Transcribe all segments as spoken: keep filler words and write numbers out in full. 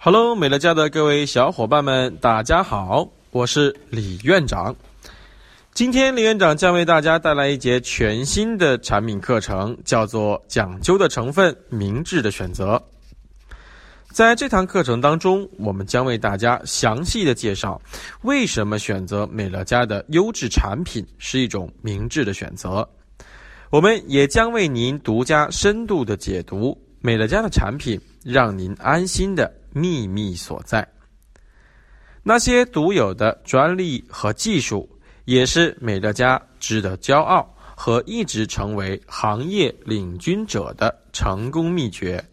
Hello， 美乐家的各位小伙伴们，大家好，我是李院长。今天李院长将为大家带来一节全新的产品课程，叫做讲究的成分，明智的选择。在这堂课程当中，我们将为大家详细的介绍为什么选择美乐家的优质产品是一种明智的选择。我们也将为您独家深度的解读美乐家的产品让您安心的秘密所在。那些独有的专利和技术，也是美乐家值得骄傲和一直成为行业领军者的成功秘诀。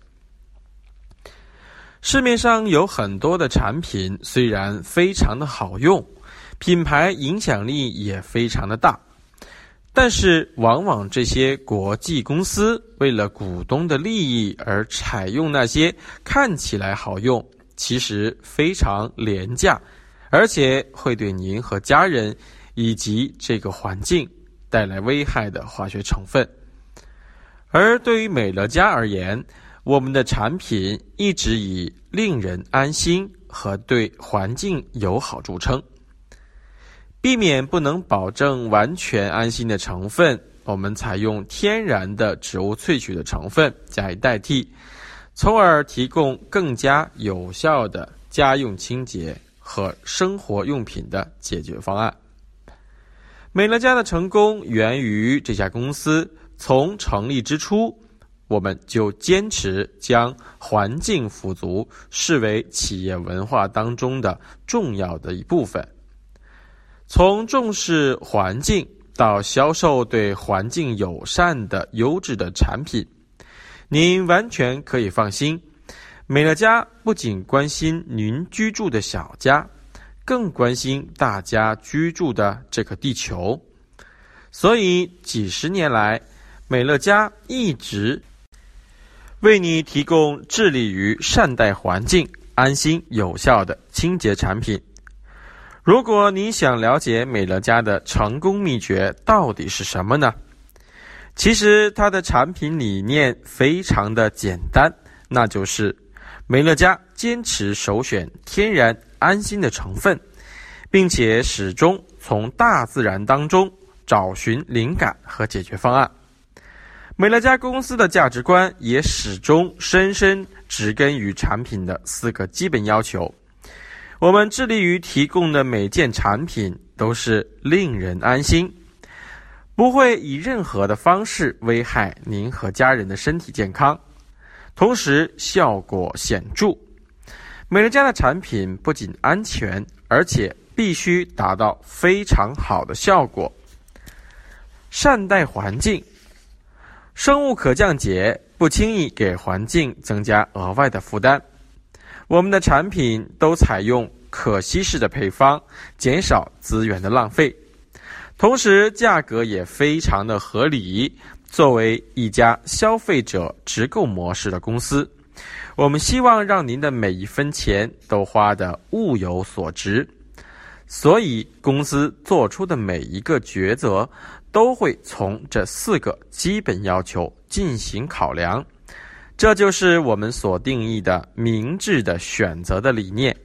市面上有很多的产品，虽然非常的好用，品牌影响力也非常的大，但是往往这些国际公司为了股东的利益而采用那些看起来好用，其实非常廉价，而且会对您和家人以及这个环境带来危害的化学成分。而对于美乐家而言，我们的产品一直以令人安心和对环境友好著称。避免不能保证完全安心的成分，我们采用天然的植物萃取的成分加以代替，从而提供更加有效的家用清洁和生活用品的解决方案。美乐家的成功源于这家公司从成立之初，我们就坚持将环境富足视为企业文化当中的重要的一部分。从重视环境到销售对环境友善的优质的产品，您完全可以放心，美乐家不仅关心您居住的小家，更关心大家居住的这个地球。所以几十年来，美乐家一直为你提供致力于善待环境、安心有效的清洁产品。如果你想了解美乐家的成功秘诀到底是什么呢？其实它的产品理念非常的简单，那就是美乐家坚持首选天然安心的成分，并且始终从大自然当中找寻灵感和解决方案。美乐家公司的价值观也始终深深植根于产品的四个基本要求。我们致力于提供的每件产品都是令人安心，不会以任何的方式危害您和家人的身体健康，同时效果显著。美乐家的产品不仅安全，而且必须达到非常好的效果。善待环境，生物可降解，不轻易给环境增加额外的负担。我们的产品都采用可稀释的配方，减少资源的浪费，同时价格也非常的合理。作为一家消费者直购模式的公司，我们希望让您的每一分钱都花得物有所值，所以公司做出的每一个抉择都会从这四个基本要求进行考量，这就是我们所定义的明智的选择的理念。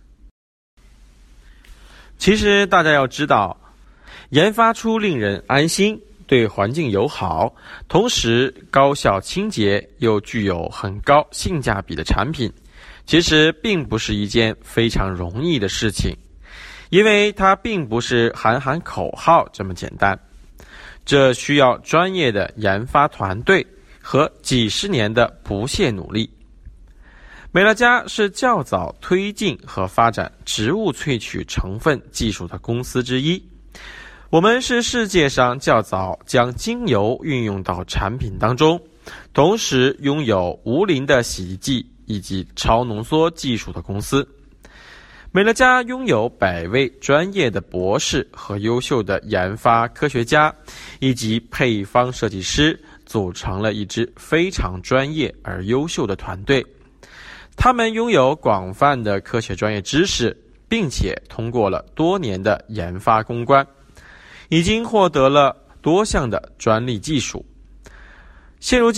其实大家要知道，研发出令人安心、对环境友好，同时高效清洁又具有很高性价比的产品，其实并不是一件非常容易的事情，因为它并不是喊喊口号这么简单，这需要专业的研发团队和几十年的不懈努力。美乐家是较早推进和发展植物萃取成分技术的公司之一，我们是世界上较早将精油运用到产品当中，同时拥有无磷的洗涤剂以及超浓缩技术的公司。美乐家拥有百位专业的博士和优秀的研发科学家以及配方设计师，组成了一支非常专业而优秀的团队。他们拥有广泛的科学专业知识，并且通过了多年的研发攻关，已经获得了多项的专利技术。现如今，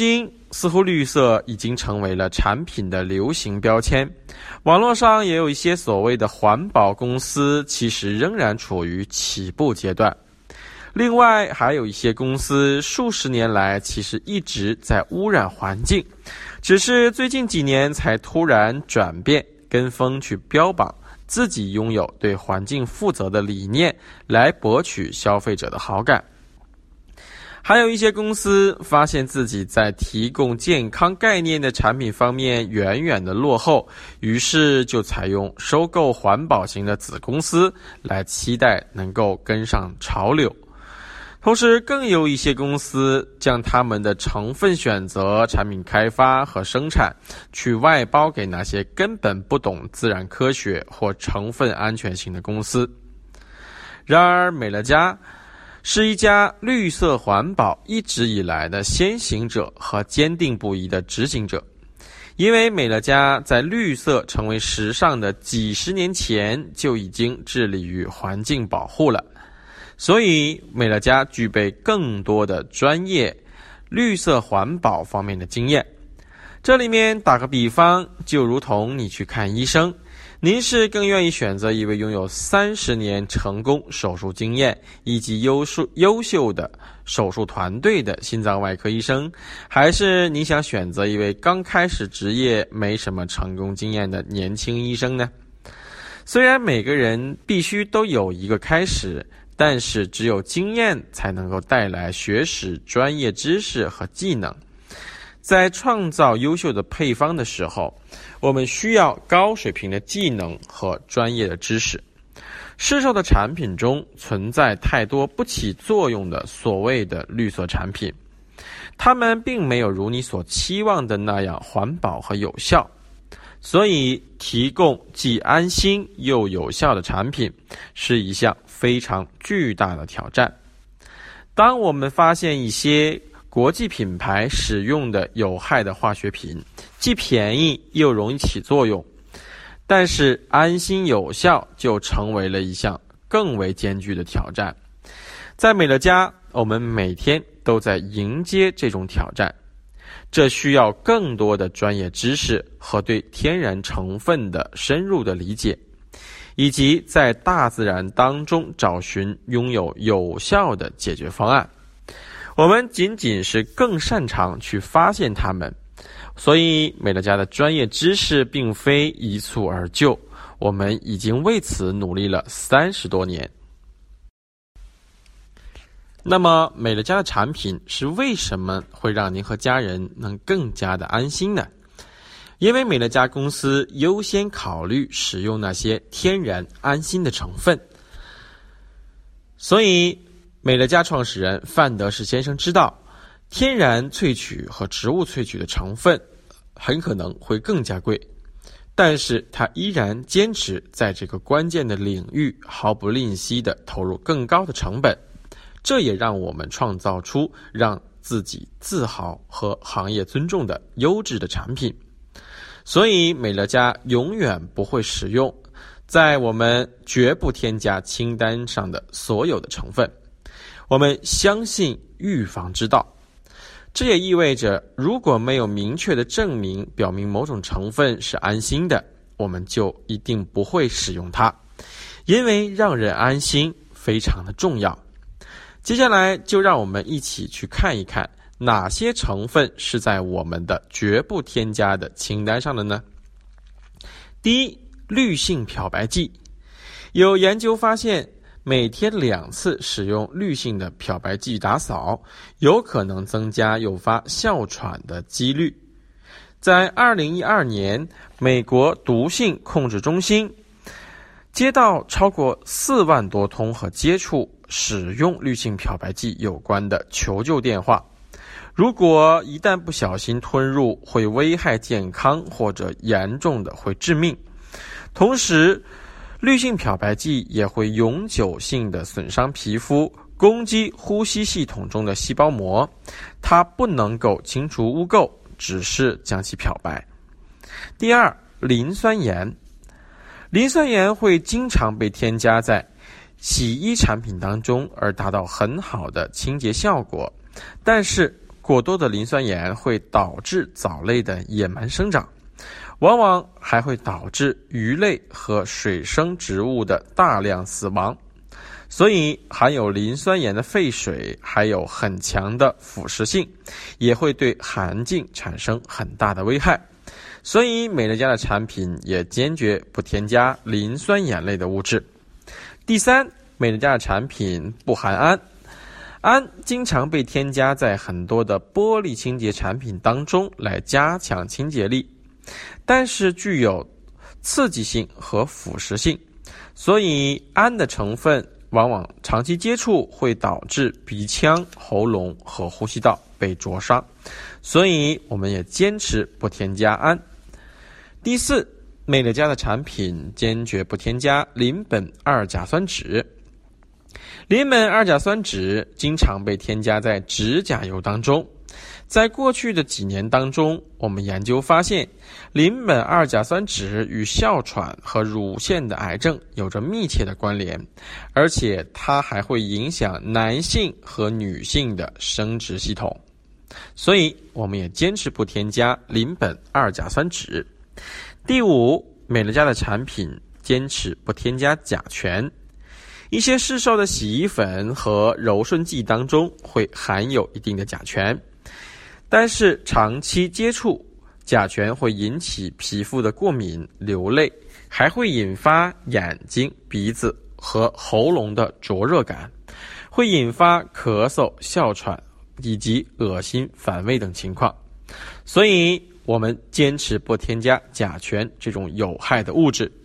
似乎绿色已经成为了产品的流行标签。网络上也有一些所谓的环保公司，其实仍然处于起步阶段。另外还有一些公司数十年来其实一直在污染环境，只是最近几年才突然转变，跟风去标榜自己拥有对环境负责的理念，来博取消费者的好感。还有一些公司发现自己在提供健康概念的产品方面远远的落后，于是就采用收购环保型的子公司，来期待能够跟上潮流。同时更有一些公司将他们的成分选择、产品开发和生产去外包给那些根本不懂自然科学或成分安全性的公司。然而美乐家是一家绿色环保一直以来的先行者和坚定不移的执行者，因为美乐家在绿色成为时尚的几十年前就已经致力于环境保护了，所以美乐家具备更多的专业绿色环保方面的经验。这里面打个比方，就如同你去看医生，您是更愿意选择一位拥有三十年成功手术经验以及优秀优秀的手术团队的心脏外科医生，还是你想选择一位刚开始职业没什么成功经验的年轻医生呢？虽然每个人必须都有一个开始，但是只有经验才能够带来学识、专业知识和技能。在创造优秀的配方的时候，我们需要高水平的技能和专业的知识。市售的产品中存在太多不起作用的所谓的绿色产品，它们并没有如你所期望的那样环保和有效，所以提供既安心又有效的产品是一项非常巨大的挑战。当我们发现一些国际品牌使用的有害的化学品既便宜又容易起作用，但是安心有效就成为了一项更为艰巨的挑战。在美乐家，我们每天都在迎接这种挑战，这需要更多的专业知识和对天然成分的深入的理解，以及在大自然当中找寻拥有有效的解决方案。我们仅仅是更擅长去发现它们，所以美乐家的专业知识并非一蹴而就，我们已经为此努力了三十多年。那么美乐家的产品是为什么会让您和家人能更加的安心呢？因为美乐家公司优先考虑使用那些天然安心的成分，所以美乐家创始人范德士先生知道，天然萃取和植物萃取的成分很可能会更加贵，但是他依然坚持在这个关键的领域毫不吝惜地投入更高的成本，这也让我们创造出让自己自豪和行业尊重的优质的产品。所以美乐家永远不会使用在我们绝不添加清单上的所有的成分，我们相信预防之道。这也意味着，如果没有明确的证明表明某种成分是安心的，我们就一定不会使用它，因为让人安心非常的重要。接下来就让我们一起去看一看，哪些成分是在我们的绝不添加的清单上的呢？第一，滤性漂白剂。有研究发现，每天两次使用滤性的漂白剂打扫，有可能增加诱发哮喘的几率。在二零一二年，美国毒性控制中心接到超过四万多通和接触使用滤性漂白剂有关的求救电话。如果一旦不小心吞入，会危害健康或者严重的会致命。同时，滤性漂白剂也会永久性的损伤皮肤，攻击呼吸系统中的细胞膜，它不能够清除污垢，只是将其漂白。第二，磷酸盐。磷酸盐会经常被添加在洗衣产品当中，而达到很好的清洁效果，但是过多的磷酸盐会导致藻类的野蛮生长，往往还会导致鱼类和水生植物的大量死亡。所以含有磷酸盐的废水还有很强的腐蚀性，也会对环境产生很大的危害。所以美乐家的产品也坚决不添加磷酸盐类的物质。第三，美乐家的产品不含氨。氨经常被添加在很多的玻璃清洁产品当中来加强清洁力，但是具有刺激性和腐蚀性，所以氨的成分往往长期接触会导致鼻腔、喉咙和呼吸道被灼伤，所以我们也坚持不添加氨。第四，美乐家的产品坚决不添加邻苯二甲酸酯。邻苯二甲酸酯经常被添加在指甲油当中。在过去的几年当中，我们研究发现，邻苯二甲酸酯与哮喘和乳腺的癌症有着密切的关联，而且它还会影响男性和女性的生殖系统，所以我们也坚持不添加邻苯二甲酸酯。第五，美乐家的产品坚持不添加甲醛。一些市售的洗衣粉和柔顺剂当中会含有一定的甲醛，但是长期接触，甲醛会引起皮肤的过敏、流泪，还会引发眼睛、鼻子和喉咙的灼热感，会引发咳嗽、哮喘以及恶心、反胃等情况。所以我们坚持不添加甲醛这种有害的物质。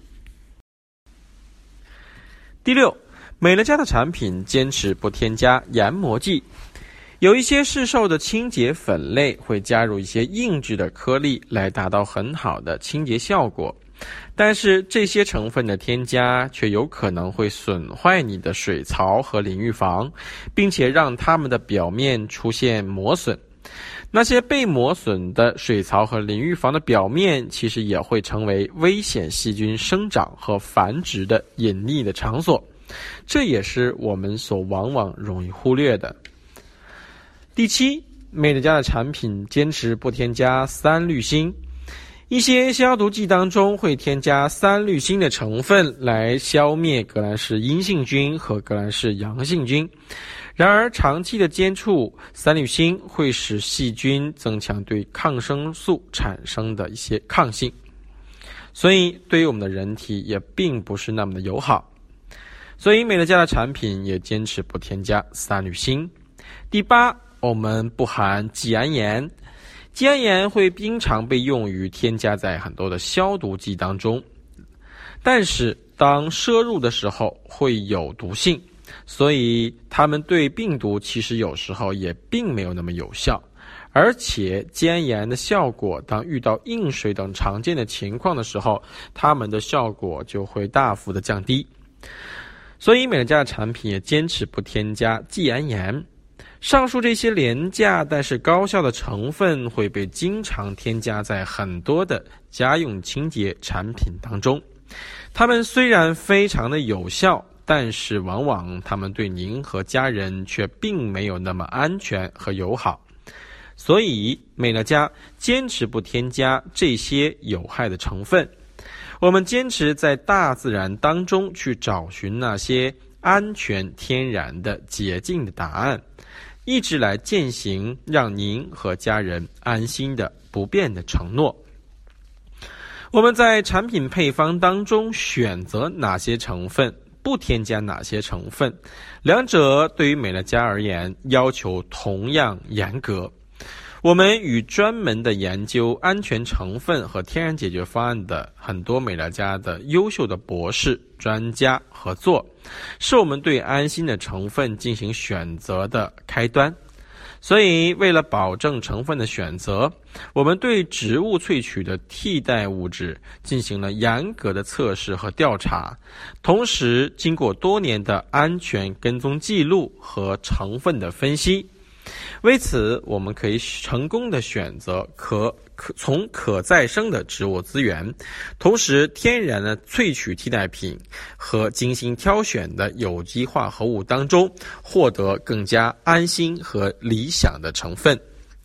第六，美乐家的产品坚持不添加研磨剂。有一些市售的清洁粉类会加入一些硬质的颗粒来达到很好的清洁效果，但是这些成分的添加却有可能会损坏你的水槽和淋浴房，并且让它们的表面出现磨损。那些被磨损的水槽和淋浴房的表面其实也会成为危险细菌生长和繁殖的隐匿的场所，这也是我们所往往容易忽略的。第七，美乐家的产品坚持不添加三氯辛。一些消毒剂当中会添加三氯辛的成分来消灭革兰氏阴性菌和革兰氏阳性菌，然而长期的接触三氯辛会使细菌增强对抗生素产生的一些抗性，所以对于我们的人体也并不是那么的友好。所以美乐家的产品也坚持不添加三氯辛。第八，我们不含季铵盐。季铵盐会经常被用于添加在很多的消毒剂当中，但是当摄入的时候会有毒性，所以它们对病毒其实有时候也并没有那么有效，而且季铵盐的效果当遇到硬水等常见的情况的时候，它们的效果就会大幅的降低。所以美乐家的产品也坚持不添加季铵盐。上述这些廉价但是高效的成分会被经常添加在很多的家用清洁产品当中，它们虽然非常的有效，但是往往它们对您和家人却并没有那么安全和友好。所以美乐家坚持不添加这些有害的成分，我们坚持在大自然当中去找寻那些安全天然的洁净的答案，一直来践行让您和家人安心的不变的承诺。我们在产品配方当中选择哪些成分，不添加哪些成分，两者对于美乐家而言要求同样严格。我们与专门的研究安全成分和天然解决方案的很多美乐家的优秀的博士专家合作，是我们对安心的成分进行选择的开端。所以为了保证成分的选择，我们对植物萃取的替代物质进行了严格的测试和调查，同时经过多年的安全跟踪记录和成分的分析，为此我们可以成功的选择可可从可再生的植物资源，同时天然的萃取替代品和精心挑选的有机化合物当中获得更加安心和理想的成分。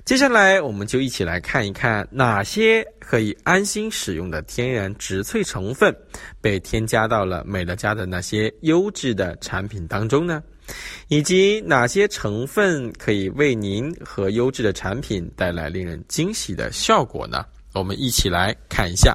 接下来我们就一起来看一看哪些可以安心使用的天然植萃成分被添加到了美乐家的那些优质的产品当中呢？以及哪些成分可以为您和优质的产品带来令人惊喜的效果呢？我们一起来看一下。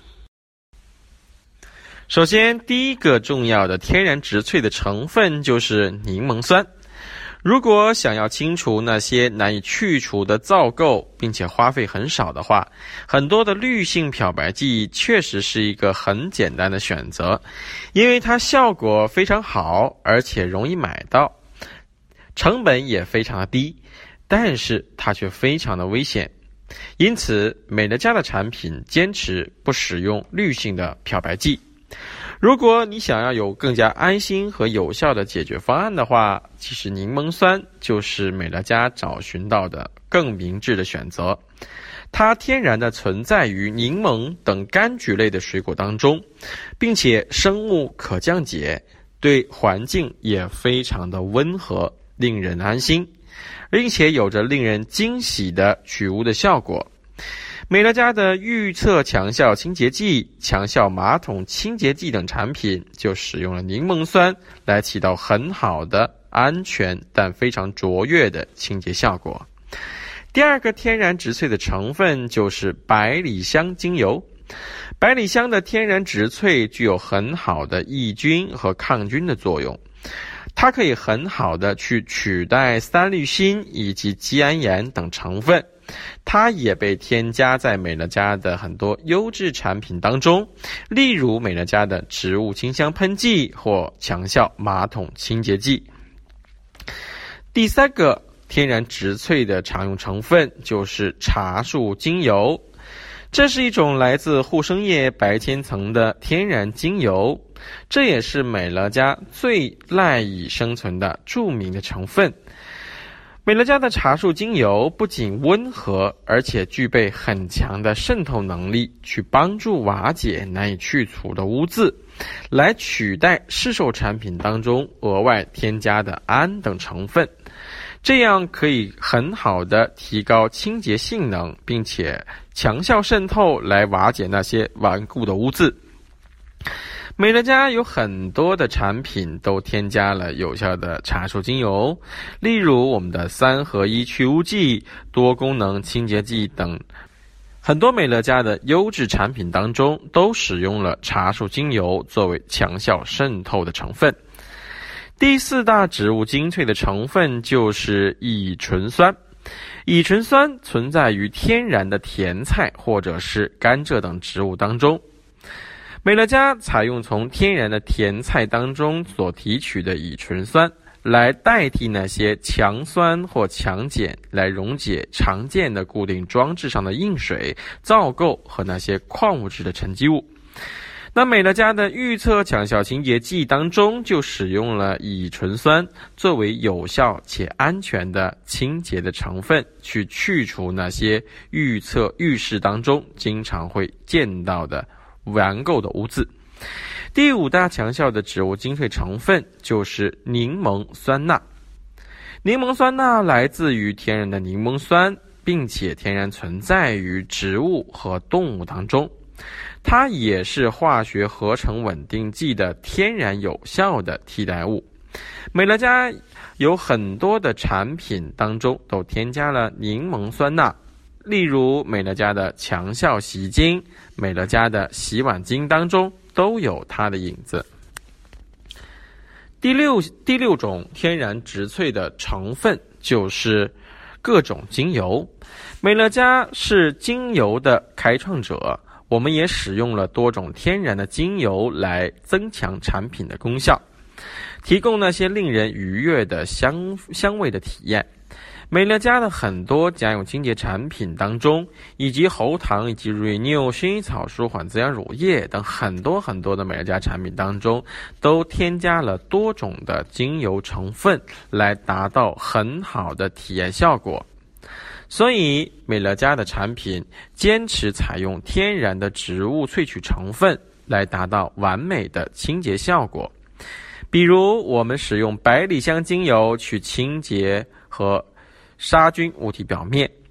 首先，第一个重要的天然植萃的成分就是柠檬酸。如果想要清除那些难以去除的皂垢，并且花费很少的话，很多的滤性漂白剂确实是一个很简单的选择，因为它效果非常好，而且容易买到，成本也非常的低，但是它却非常的危险。因此，美乐家的产品坚持不使用滤性的漂白剂。如果你想要有更加安心和有效的解决方案的话，其实柠檬酸就是美乐家找寻到的更明智的选择。它天然的存在于柠檬等柑橘类的水果当中，并且生物可降解，对环境也非常的温和，令人安心，并且有着令人惊喜的去污的效果。美乐家的预测强效清洁剂、强效马桶清洁剂等产品就使用了柠檬酸来起到很好的安全但非常卓越的清洁效果。第二个天然植萃的成分就是百里香精油。百里香的天然植萃具有很好的抑菌和抗菌的作用，它可以很好的去取代三氯辛以及基胺盐等成分。它也被添加在美乐家的很多优质产品当中，例如美乐家的植物清香喷剂或强效马桶清洁剂。第三个天然植萃的常用成分就是茶树精油，这是一种来自护生叶白千层的天然精油，这也是美乐家最赖以生存的著名的成分。美乐家的茶树精油不仅温和，而且具备很强的渗透能力，去帮助瓦解难以去除的污渍，来取代市售产品当中额外添加的氨等成分，这样可以很好的提高清洁性能，并且强效渗透来瓦解那些顽固的污渍。美乐家有很多的产品都添加了有效的茶树精油，例如我们的三合一去污剂、多功能清洁剂等。很多美乐家的优质产品当中都使用了茶树精油作为强效渗透的成分。第四大植物精粹的成分就是乙醇酸。乙醇酸存在于天然的甜菜或者是甘蔗等植物当中。美乐家采用从天然的甜菜当中所提取的乙醇酸，来代替那些强酸或强碱，来溶解常见的固定装置上的硬水、皂垢和那些矿物质的沉积物。那美乐家的预测强效清洁剂当中就使用了乙醇酸作为有效且安全的清洁的成分，去去除那些预测浴室当中经常会见到的顽垢的污渍。第五大强效的植物精粹成分就是柠檬酸钠。柠檬酸钠来自于天然的柠檬酸，并且天然存在于植物和动物当中，它也是化学合成稳定剂的天然有效的替代物。美乐家有很多的产品当中都添加了柠檬酸钠，例如美乐家的强效洗衣精、美乐家的洗碗精当中都有它的影子。第六第六种天然植萃的成分就是各种精油。美乐家是精油的开创者，我们也使用了多种天然的精油来增强产品的功效，提供那些令人愉悦的香香味的体验。美乐家的很多家用清洁产品当中，以及喉糖以及 Renew 薰衣草舒缓滋养乳液等很多很多的美乐家产品当中，都添加了多种的精油成分来达到很好的体验效果。所以美乐家的产品坚持采用天然的植物萃取成分来达到完美的清洁效果。比如我们使用百里香精油去清洁和杀菌物体表面，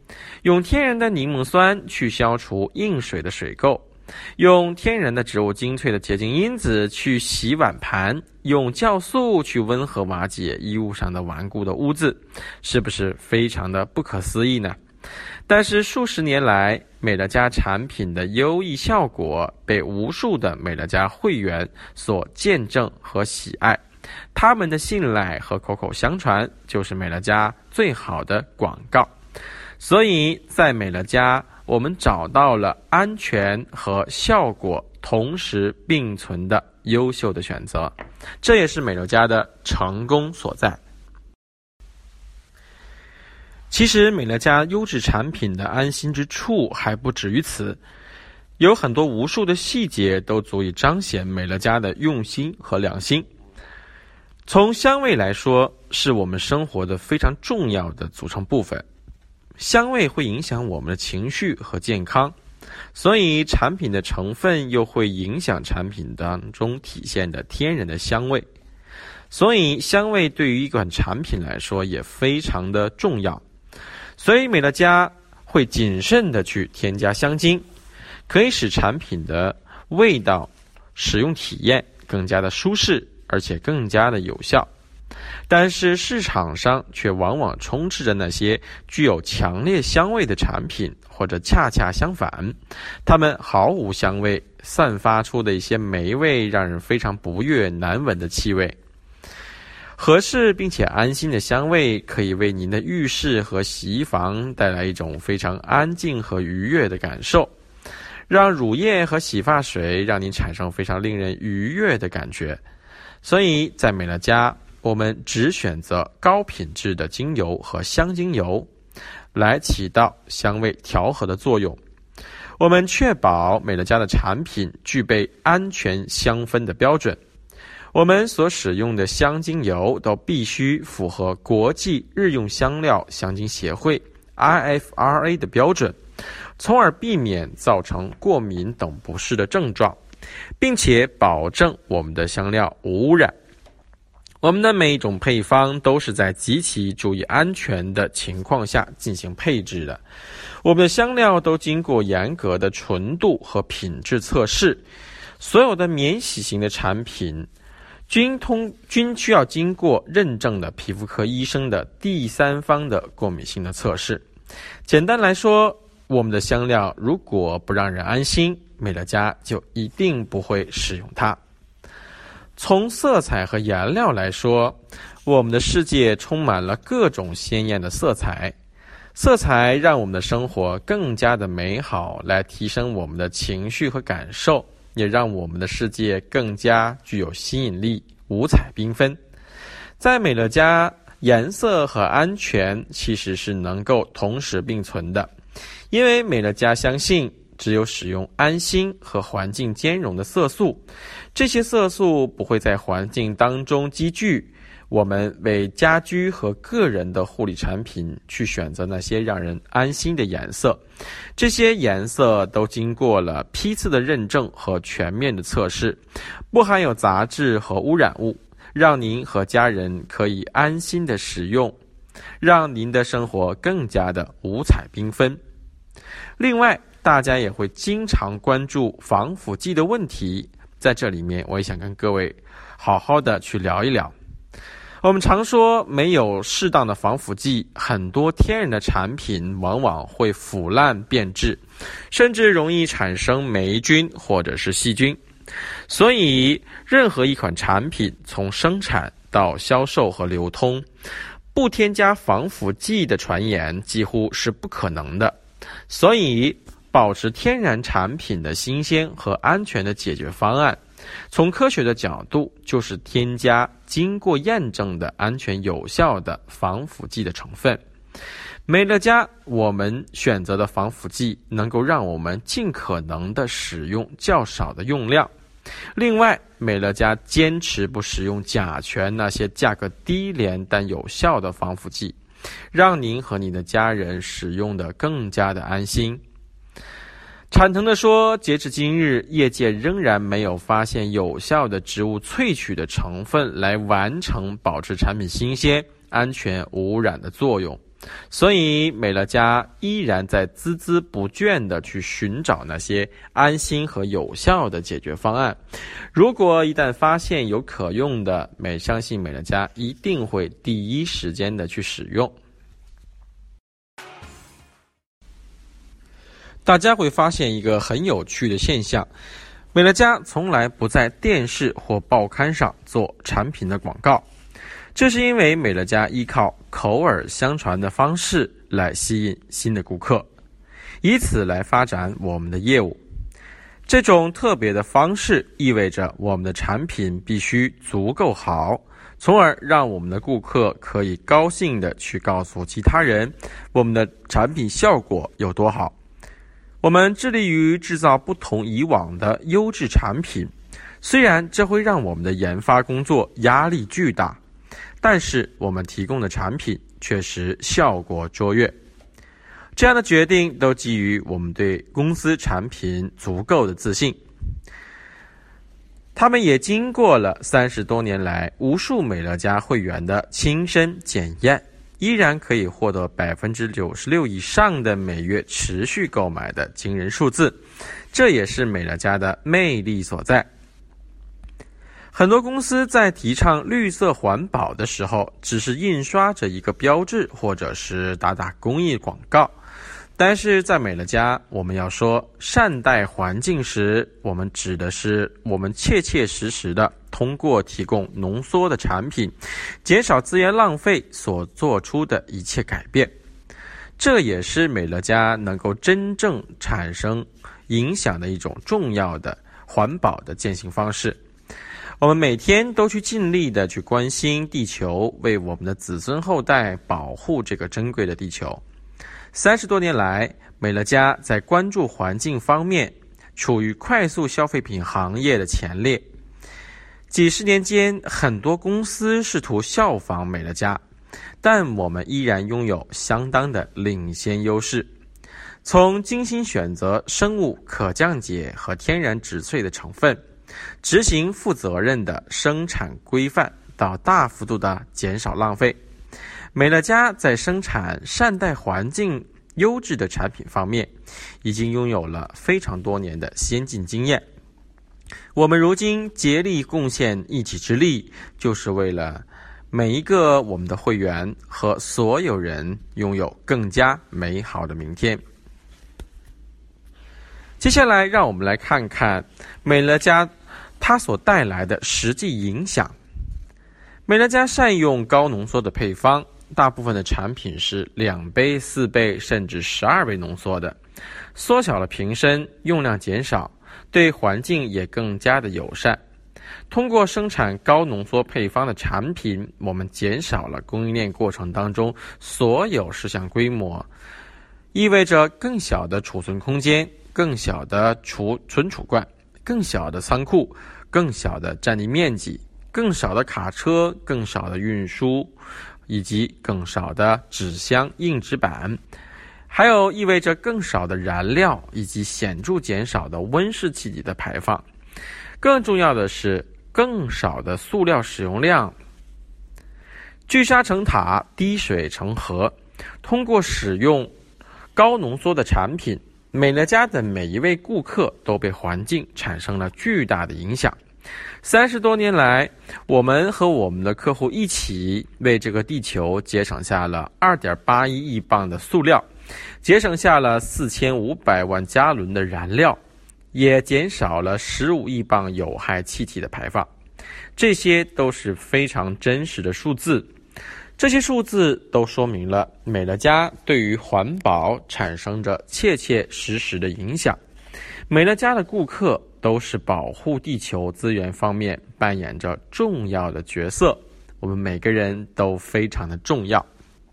用天然的柠檬酸去消除硬水的水垢，用天然的植物精粹的洁净因子去洗碗盘，用酵素去温和瓦解衣物上的顽固的污渍，是不是非常的不可思议呢？但是数十年来，美乐家产品的优异效果被无数的美乐家会员所见证和喜爱，他们的信赖和口口相传就是美乐家最好的广告。所以在美乐家，我们找到了安全和效果同时并存的优秀的选择，这也是美乐家的成功所在。其实美乐家优质产品的安心之处还不止于此，有很多无数的细节都足以彰显美乐家的用心和良心。从香味来说，是我们生活的非常重要的组成部分，香味会影响我们的情绪和健康，所以产品的成分又会影响产品当中体现的天然的香味，所以香味对于一款产品来说也非常的重要。所以美乐家会谨慎的去添加香精，可以使产品的味道、使用体验更加的舒适，而且更加的有效。但是市场上却往往充斥着那些具有强烈香味的产品，或者恰恰相反，它们毫无香味，散发出的一些霉味，让人非常不悦难闻的气味。合适并且安心的香味可以为您的浴室和洗衣房带来一种非常安静和愉悦的感受，让乳液和洗发水让您产生非常令人愉悦的感觉。所以在美乐家，我们只选择高品质的精油和香精油来起到香味调和的作用。我们确保美乐家的产品具备安全香氛的标准，我们所使用的香精油都必须符合国际日用香料香精协会 I F R A 的标准，从而避免造成过敏等不适的症状，并且保证我们的香料无污染。我们的每一种配方都是在极其注意安全的情况下进行配置的，我们的香料都经过严格的纯度和品质测试，所有的免洗型的产品均通均需要经过认证的皮肤科医生的第三方的过敏性的测试。简单来说，我们的香料如果不让人安心，美乐家就一定不会使用它。从色彩和颜料来说，我们的世界充满了各种鲜艳的色彩，色彩让我们的生活更加的美好，来提升我们的情绪和感受，也让我们的世界更加具有吸引力，五彩缤纷。在美乐家，颜色和安全其实是能够同时并存的，因为美乐家相信只有使用安心和环境兼容的色素，这些色素不会在环境当中积聚，我们为家居和个人的护理产品去选择那些让人安心的颜色，这些颜色都经过了批次的认证和全面的测试，不含有杂质和污染物，让您和家人可以安心的使用，让您的生活更加的五彩缤纷。另外，大家也会经常关注防腐剂的问题，在这里面我也想跟各位好好的去聊一聊。我们常说没有适当的防腐剂，很多天然的产品往往会腐烂变质，甚至容易产生霉菌或者是细菌。所以任何一款产品从生产到销售和流通，不添加防腐剂的传言几乎是不可能的。所以保持天然产品的新鲜和安全的解决方案，从科学的角度就是添加经过验证的安全有效的防腐剂的成分。美乐家我们选择的防腐剂能够让我们尽可能的使用较少的用量。另外，美乐家坚持不使用甲醛那些价格低廉但有效的防腐剂，让您和你的家人使用的更加的安心。坦诚地说，截至今日，业界仍然没有发现有效的植物萃取的成分来完成保持产品新鲜、安全、无污染的作用。 所以美乐家依然在孜孜不倦地去寻找那些安心和有效的解决方案。如果一旦发现有可用的，美相信美乐家一定会第一时间的去使用。大家会发现一个很有趣的现象，美乐家从来不在电视或报刊上做产品的广告，这是因为美乐家依靠口耳相传的方式来吸引新的顾客，以此来发展我们的业务。这种特别的方式意味着我们的产品必须足够好，从而让我们的顾客可以高兴地去告诉其他人我们的产品效果有多好。我们致力于制造不同以往的优质产品，虽然这会让我们的研发工作压力巨大，但是我们提供的产品确实效果卓越。这样的决定都基于我们对公司产品足够的自信。他们也经过了三十多年来无数美乐家会员的亲身检验，依然可以获得 百分之九十六 以上的每月持续购买的惊人数字，这也是美乐家的魅力所在。很多公司在提倡绿色环保的时候，只是印刷着一个标志，或者是打打公益广告。但是在美乐家，我们要说善待环境时，我们指的是我们切切实实的通过提供浓缩的产品，减少资源浪费所做出的一切改变。这也是美乐家能够真正产生影响的一种重要的环保的践行方式。我们每天都去尽力的去关心地球，为我们的子孙后代保护这个珍贵的地球。三十多年来，美乐家在关注环境方面处于快速消费品行业的前列。几十年间，很多公司试图效仿美乐家，但我们依然拥有相当的领先优势。从精心选择生物可降解和天然植萃的成分，执行负责任的生产规范，到大幅度的减少浪费，美乐家在生产善待环境优质的产品方面已经拥有了非常多年的先进经验。我们如今竭力贡献一己之力，就是为了每一个我们的会员和所有人拥有更加美好的明天。接下来让我们来看看美乐家它所带来的实际影响。美乐家善用高浓缩的配方，大部分的产品是两倍、四倍甚至十二倍浓缩的，缩小了瓶身，用量减少，对环境也更加的友善。通过生产高浓缩配方的产品，我们减少了供应链过程当中所有事项规模，意味着更小的储存空间，更小的储存储罐，更小的仓库，更小的占地面积，更少的卡车，更少的运输，以及更少的纸箱、硬纸板，还有意味着更少的燃料，以及显著减少的温室气体的排放。更重要的是，更少的塑料使用量。聚沙成塔，滴水成河。通过使用高浓缩的产品，美乐家的每一位顾客都被环境产生了巨大的影响。三十多年来，我们和我们的客户一起为这个地球节省下了 二点八一亿磅的塑料，节省下了四千五百万加仑的燃料，也减少了十五亿磅有害气体的排放。这些都是非常真实的数字。这些数字都说明了美乐家对于环保产生着切切实实的影响。美乐家的顾客都是保护地球资源方面扮演着重要的角色，我们每个人都非常的重要。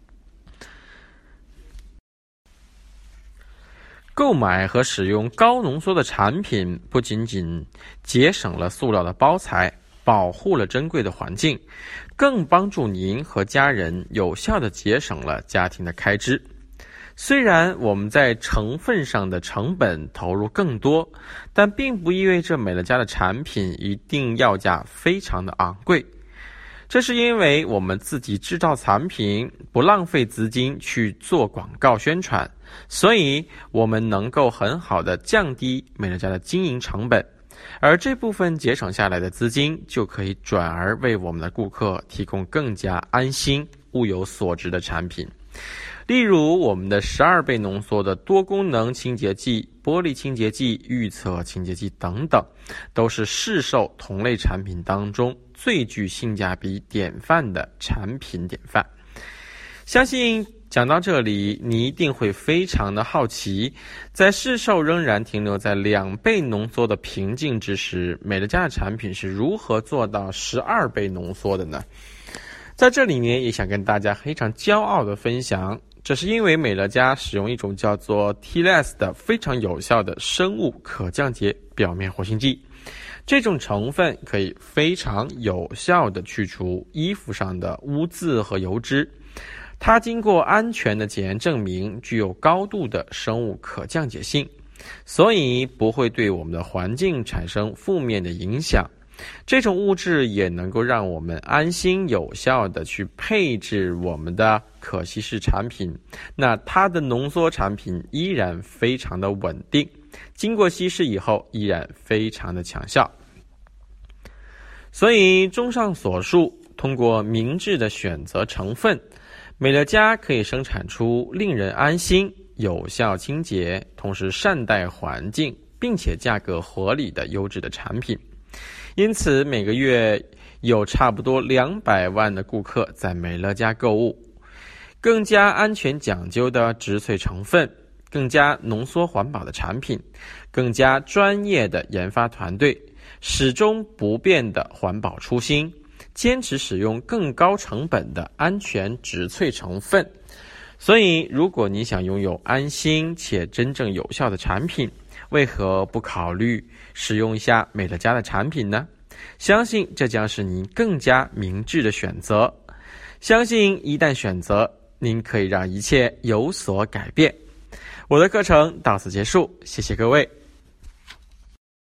购买和使用高浓缩的产品，不仅仅节省了塑料的包材，保护了珍贵的环境，更帮助您和家人有效地节省了家庭的开支。虽然我们在成分上的成本投入更多，但并不意味着美乐家的产品一定要价非常的昂贵。 这是因为我们自己制造产品，不浪费资金去做广告宣传，所以我们能够很好的降低美乐家的经营成本，而这部分节省下来的资金就可以转而为我们的顾客提供更加安心、物有所值的产品。例如我们的十二倍浓缩的多功能清洁剂、玻璃清洁剂、预测清洁剂等等，都是市售同类产品当中最具性价比典范的产品典范。相信讲到这里，你一定会非常的好奇，在市售仍然停留在两倍浓缩的瓶颈之时，美乐家的产品是如何做到十二倍浓缩的呢？在这里面也想跟大家非常骄傲的分享，这是因为美乐家使用一种叫做 T L A S 的非常有效的生物可降解表面活性剂，这种成分可以非常有效的去除衣服上的污渍和油脂，它经过安全的检验证明具有高度的生物可降解性，所以不会对我们的环境产生负面的影响。这种物质也能够让我们安心有效的去配置我们的可稀释产品，那它的浓缩产品依然非常的稳定，经过稀释以后依然非常的强效。所以综上所述，通过明智的选择成分，美乐家可以生产出令人安心、有效清洁，同时善待环境，并且价格合理的优质的产品。因此每个月有差不多两百万的顾客在美乐家购物。更加安全讲究的植萃成分，更加浓缩环保的产品，更加专业的研发团队，始终不变的环保初心，坚持使用更高成本的安全植萃成分。所以如果你想拥有安心且真正有效的产品，为何不考虑使用一下美乐家的产品呢？相信这将是您更加明智的选择。相信一旦选择，您可以让一切有所改变。我的课程到此结束，谢谢各位。